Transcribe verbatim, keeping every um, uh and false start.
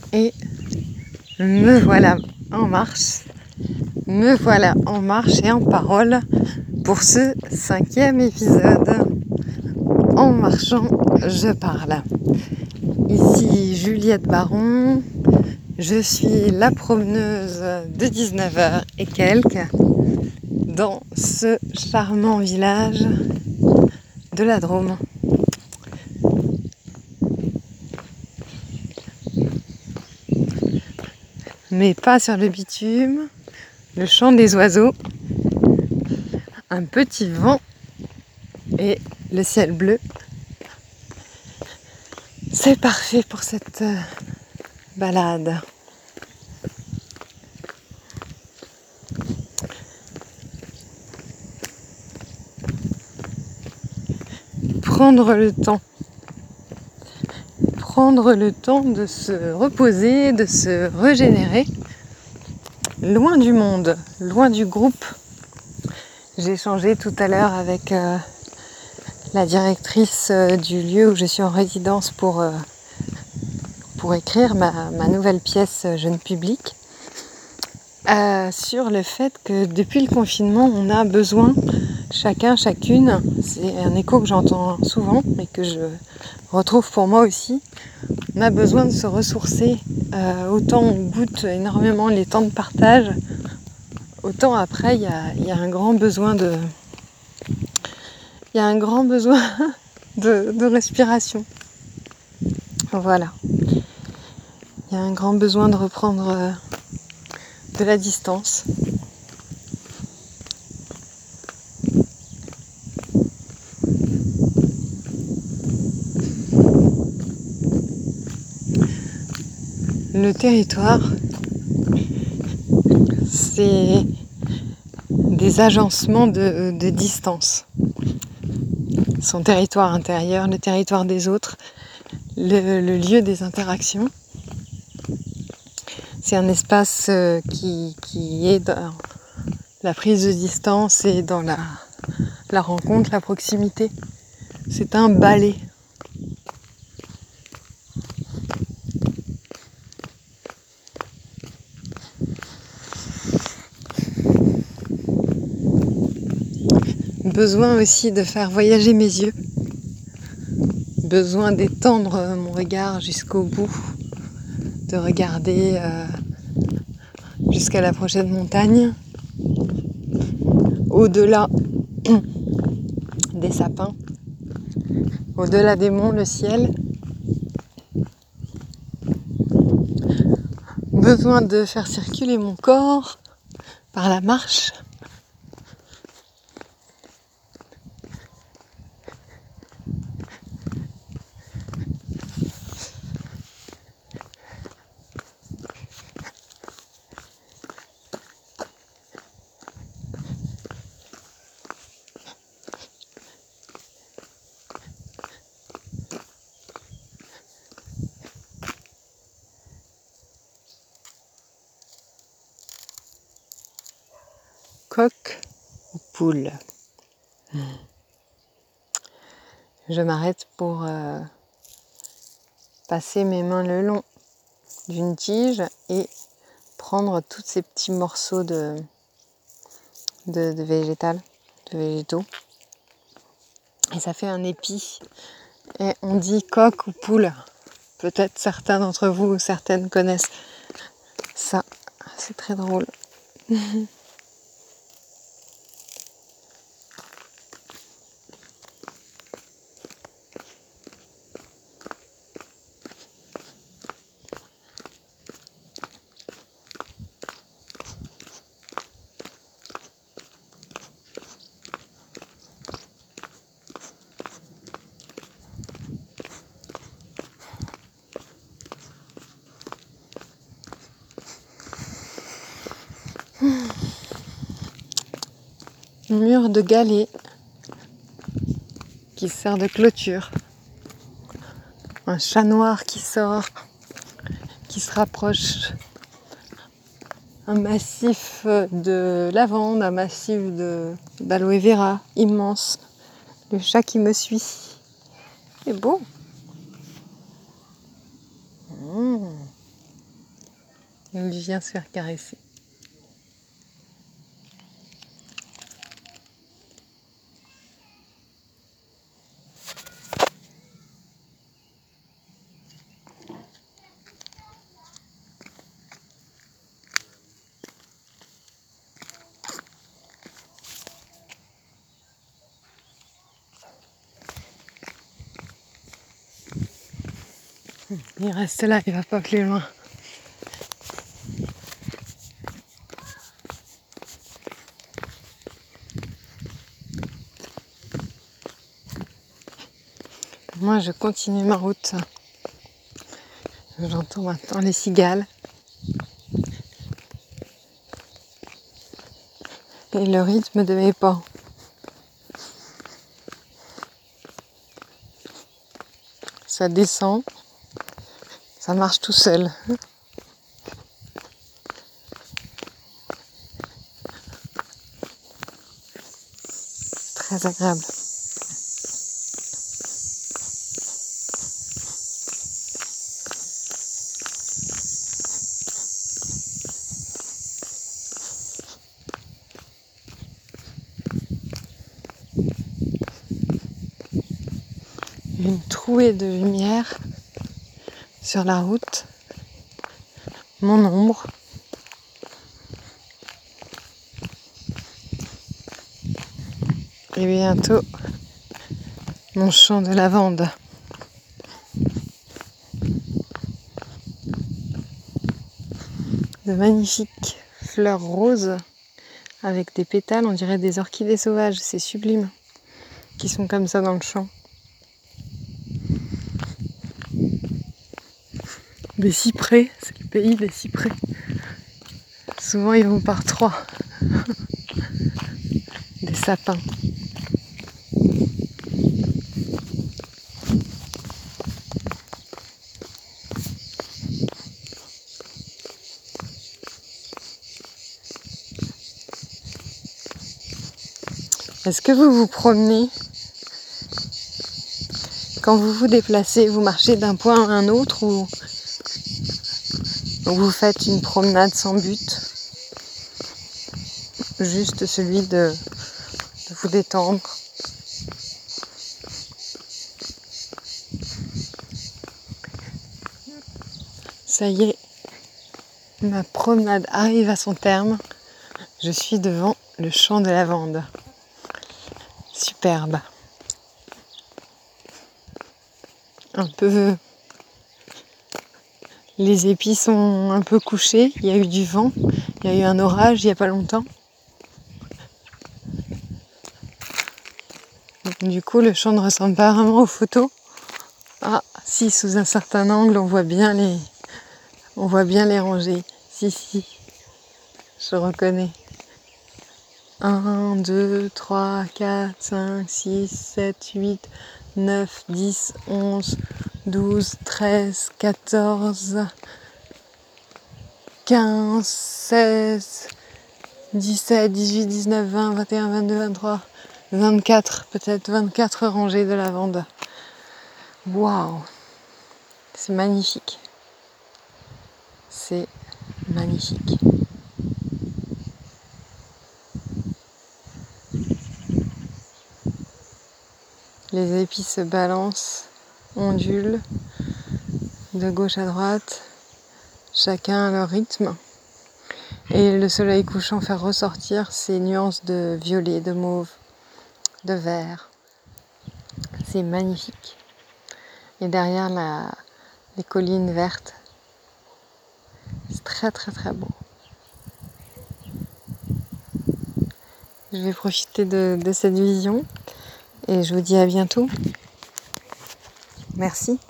Et me voilà en marche, me voilà en marche et en parole pour ce cinquième épisode. En marchant, je parle. Ici Juliette Baron, je suis la promeneuse de dix-neuf heures et quelques dans ce charmant village de la Drôme. Mais pas sur le bitume, le chant des oiseaux, un petit vent et le ciel bleu. C'est parfait pour cette balade. Prendre le temps. Prendre le temps de se reposer, de se régénérer. Loin du monde, loin du groupe. J'ai échangé tout à l'heure avec euh, la directrice euh, du lieu où je suis en résidence pour, euh, pour écrire ma, ma nouvelle pièce euh, Jeune public. Euh, sur le fait que depuis le confinement, on a besoin, chacun, chacune, c'est un écho que j'entends souvent et que je retrouve pour moi aussi, on a besoin de se ressourcer, euh, autant on goûte énormément les temps de partage, autant après il y a, y a un grand besoin de, il y a un grand besoin de, de respiration. Voilà. Il y a un grand besoin de reprendre euh, de la distance. Le territoire, c'est des agencements de, de distance. Son territoire intérieur, le territoire des autres, le, le lieu des interactions. C'est un espace qui, qui est dans la prise de distance et dans la, la rencontre, la proximité. C'est un balai. Besoin aussi de faire voyager mes yeux. Besoin d'étendre mon regard jusqu'au bout. De regarder euh, jusqu'à la prochaine montagne. Au-delà des sapins. Au-delà des monts, le ciel. Besoin de faire circuler mon corps par la marche. Coq ou poule. Je m'arrête pour euh, passer mes mains le long d'une tige et prendre tous ces petits morceaux de, de, de végétal, de végétaux. Et ça fait un épi. Et on dit coq ou poule. Peut-être certains d'entre vous ou certaines connaissent ça. C'est très drôle. Mur de galets qui sert de clôture. Un chat noir qui sort, qui se rapproche. Un massif de lavande, un massif de, d'aloe vera immense. Le chat qui me suit. C'est beau. Mmh. Il vient se faire caresser. Il reste là, il va pas plus loin. Moi, je continue ma route. J'entends maintenant les cigales. Et le rythme de mes pas. Ça descend. Ça marche tout seul. C'est très agréable. Une trouée de lumière sur la route, mon ombre, et bientôt mon champ de lavande. De magnifiques fleurs roses avec des pétales, on dirait des orchidées sauvages, c'est sublime, qui sont comme ça dans le champ. Des cyprès, c'est le pays des cyprès. Souvent ils vont par trois. Des sapins. Est-ce que vous vous promenez? Quand vous vous déplacez, vous marchez d'un point à un autre ou vous faites une promenade sans but? Juste celui de, de vous détendre. Ça y est, ma promenade arrive à son terme. Je suis devant le champ de lavande. Superbe. Un peu... Les épis sont un peu couchés. Il y a eu du vent. Il y a eu un orage il n'y a pas longtemps. Du coup, le champ ne ressemble pas vraiment aux photos. Ah, si, sous un certain angle, on voit bien les, on voit bien les rangées. Si, si, je reconnais. un, deux, trois, quatre, cinq, six, sept, huit, neuf, dix, onze, douze, treize, quatorze, quinze, seize, dix-sept, dix-huit, dix-neuf, vingt, vingt et un, vingt-deux, vingt-trois, vingt-quatre, peut-être vingt-quatre rangées de lavande. Waouh! C'est magnifique. C'est magnifique. Les épis se balancent, ondulent de gauche à droite, chacun à leur rythme. Et le soleil couchant fait ressortir ces nuances de violet, de mauve, de vert. C'est magnifique. Et derrière la, les collines vertes, c'est très très très beau. Je vais profiter de, de cette vision et je vous dis à bientôt. Merci.